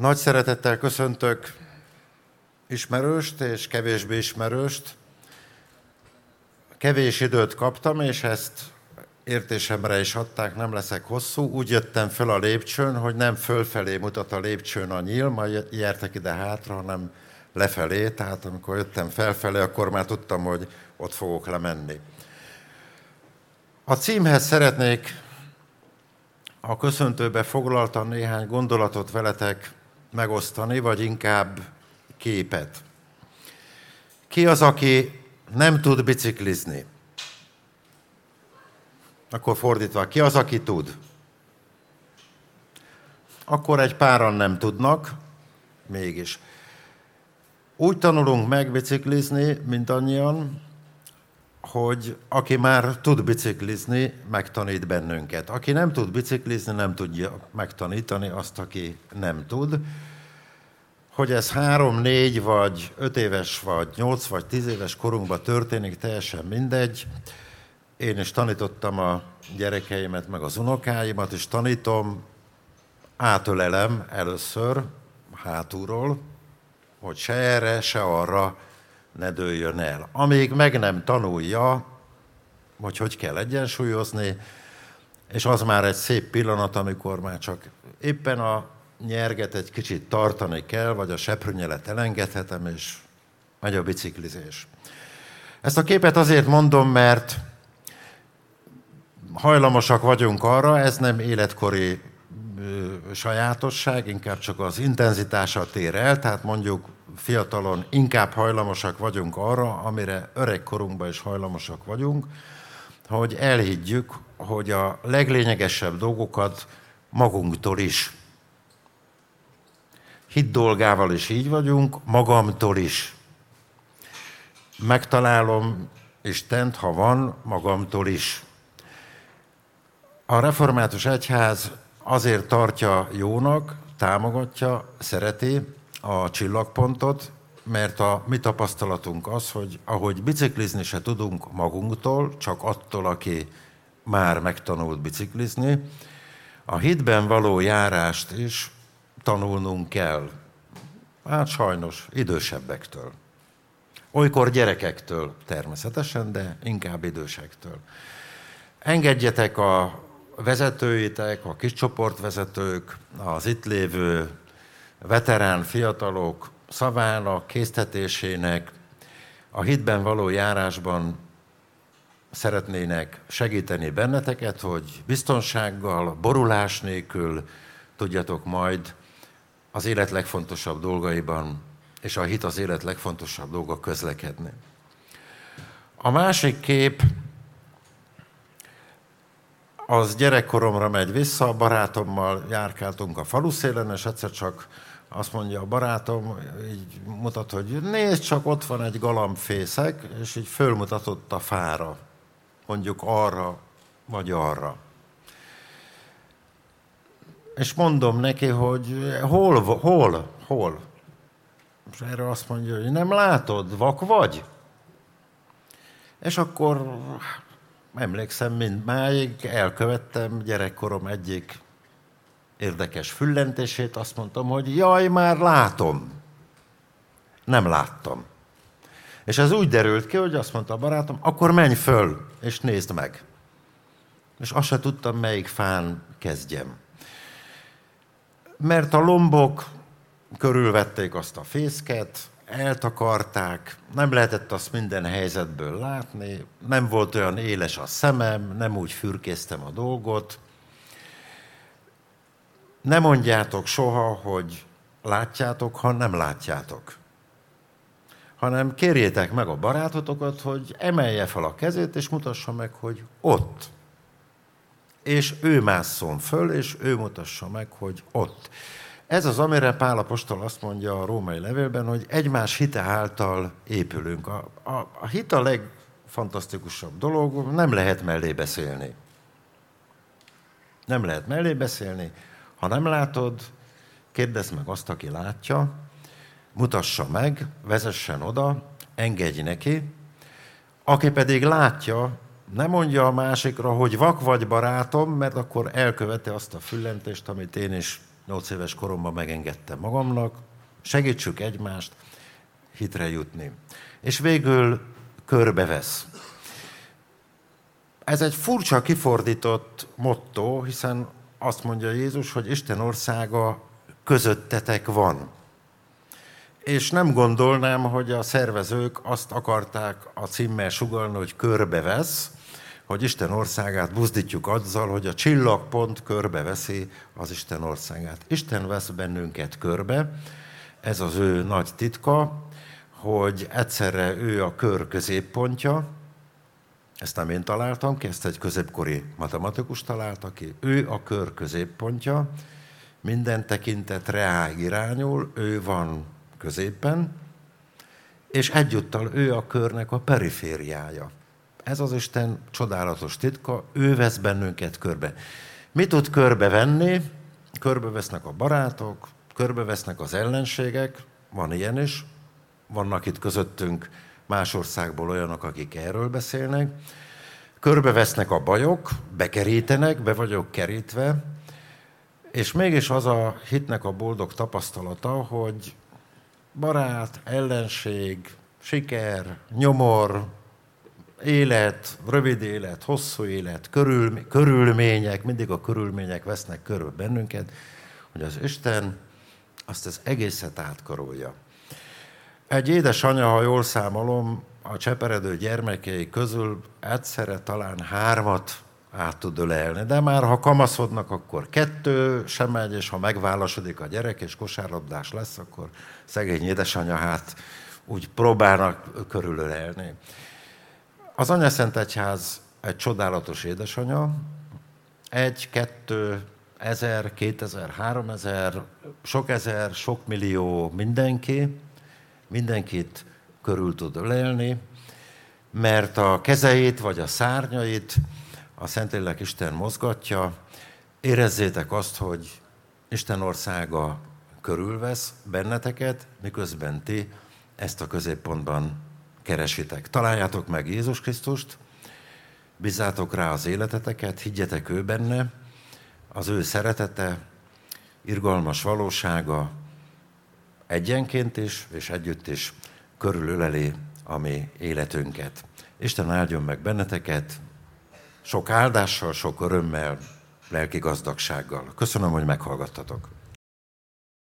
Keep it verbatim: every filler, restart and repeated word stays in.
Nagy szeretettel köszöntök ismerőst és kevésbé ismerőst. Kevés időt kaptam, és ezt értésemre is adták, nem leszek hosszú. Úgy jöttem föl a lépcsőn, hogy nem fölfelé mutat a lépcsőn a nyíl, majd gyertek ide hátra, hanem lefelé. Tehát amikor jöttem felfelé, akkor már tudtam, hogy ott fogok lemenni. A címhez szeretnék a köszöntőbe foglaltan néhány gondolatot veletek megosztani, vagy inkább képet. Ki az, aki nem tud biciklizni? Akkor fordítva, ki az, aki tud? Akkor egy páran nem tudnak, mégis. Úgy tanulunk meg biciklizni, mindannyian, hogy aki már tud biciklizni, megtanít bennünket. Aki nem tud biciklizni, nem tudja megtanítani azt, aki nem tud. Hogy ez három, négy, vagy öt éves, vagy nyolc, vagy tíz éves korunkban történik, teljesen mindegy. Én is tanítottam a gyerekeimet, meg az unokáimat, és tanítom, átölelem először hátulról, hogy se erre, se arra ne dőljön el. Amíg meg nem tanulja, hogy hogy kell egyensúlyozni, és az már egy szép pillanat, amikor már csak éppen a nyerget egy kicsit tartani kell, vagy a seprűnyelet elengedhetem, és megy a biciklizés. Ezt a képet azért mondom, mert hajlamosak vagyunk arra, ez nem életkori ö, sajátosság, inkább csak az intenzitása tér el, tehát mondjuk fiatalon inkább hajlamosak vagyunk arra, amire öregkorunkban is hajlamosak vagyunk, hogy elhiggyük, hogy a leglényegesebb dolgokat magunktól is. Hit dolgával is így vagyunk, magamtól is. Megtalálom Istent, ha van, magamtól is. A református egyház azért tartja jónak, támogatja, szereti a csillagpontot, mert a mi tapasztalatunk az, hogy ahogy biciklizni se tudunk magunktól, csak attól, aki már megtanult biciklizni, a hitben való járást is tanulnunk kell. Hát sajnos idősebbektől. Olykor gyerekektől természetesen, de inkább idősektől. Engedjetek a vezetőitek, a kis csoportvezetők, az itt lévő veterán fiatalok szavának, késztetésének, a hitben való járásban szeretnének segíteni benneteket, hogy biztonsággal, borulás nélkül tudjatok majd az élet legfontosabb dolgaiban, és a hit az élet legfontosabb dolga közlekedni. A másik kép az gyerekkoromra megy vissza, a barátommal járkáltunk a faluszélen, és egyszer csak azt mondja a barátom, így mutat, hogy nézd csak, ott van egy galambfészek, és így fölmutatott a fára, mondjuk arra vagy arra. És mondom neki, hogy hol, hol, hol? És erre azt mondja, hogy nem látod, vak vagy? És akkor emlékszem, mindmáig elkövettem gyerekkorom egyik érdekes füllentését, azt mondtam, hogy jaj, már látom. Nem láttam. És ez úgy derült ki, hogy azt mondta a barátom, akkor menj föl, és nézd meg. És azt se tudtam, melyik fán kezdjem. Mert a lombok körülvették azt a fészket, eltakarták, nem lehetett azt minden helyzetből látni, nem volt olyan éles a szemem, nem úgy fürkésztem a dolgot. Ne mondjátok soha, hogy látjátok, ha nem látjátok. Hanem kérjétek meg a barátotokat, hogy emelje fel a kezét, és mutassa meg, hogy ott. És ő másszon föl, és ő mutassa meg, hogy ott. Ez az, amire Pál apostol azt mondja a római levélben, hogy egymás hite által épülünk. A, a, a hit a legfantasztikusabb dolog, nem lehet mellé beszélni. Nem lehet mellé beszélni. Ha nem látod, kérdezd meg azt, aki látja, mutassa meg, vezessen oda, engedj neki. Aki pedig látja, ne mondja a másikra, hogy vak vagy barátom, mert akkor elköveti azt a füllentést, amit én is nyolc éves koromban megengedtem magamnak, segítsük egymást hitre jutni. És végül körbevesz. Ez egy furcsa kifordított motto, hiszen azt mondja Jézus, hogy Isten országa közöttetek van. És nem gondolnám, hogy a szervezők azt akarták a címmel sugallni, hogy körbevesz, hogy Isten országát buzdítjuk azzal, hogy a csillagpont körbeveszi az Isten országát. Isten vesz bennünket körbe, ez az ő nagy titka, hogy egyszerre ő a kör középpontja, ezt nem én találtam ki, ezt egy középkori matematikus találta ki, ő a kör középpontja, minden tekintet rá irányul, ő van középen, és egyúttal ő a körnek a perifériája. Ez az Isten csodálatos titka, ő vesz bennünket körbe. Mi tud körbevenni? Körbevesznek a barátok, körbevesznek az ellenségek, van ilyen is, vannak itt közöttünk más országból olyanok, akik erről beszélnek. Körbevesznek a bajok, bekerítenek, be vagyok kerítve, és mégis az a hitnek a boldog tapasztalata, hogy barát, ellenség, siker, nyomor, élet, rövid élet, hosszú élet, körül, körülmények, mindig a körülmények vesznek körül bennünket, hogy az Isten azt az egészet átkarolja. Egy édesanya, ha jól számolom, a cseperedő gyermekei közül egyszerre talán hármat át tud ölelni, de már ha kamaszodnak, akkor kettő sem megy, és ha megválasodik a gyerek, és kosárlabdás lesz, akkor szegény édesanya hát úgy próbálnak körülölelni. Az Anyaszent Egyház egy csodálatos édesanya, egy, kettő, ezer, kétezer, háromezer, sok ezer, sok millió mindenki, mindenkit körül tud ölelni, mert a kezeit vagy a szárnyait a Szentlélek Isten mozgatja. Érezzétek azt, hogy Isten országa körülvesz benneteket, miközben ti ezt a középpontban keresitek. Találjátok meg Jézus Krisztust, bízzátok rá az életeteket, higgyetek ő benne, az ő szeretete, irgalmas valósága egyenként is, és együtt is körülöleli a mi életünket. Isten áldjon meg benneteket, sok áldással, sok örömmel, lelki gazdagsággal. Köszönöm, hogy meghallgattatok.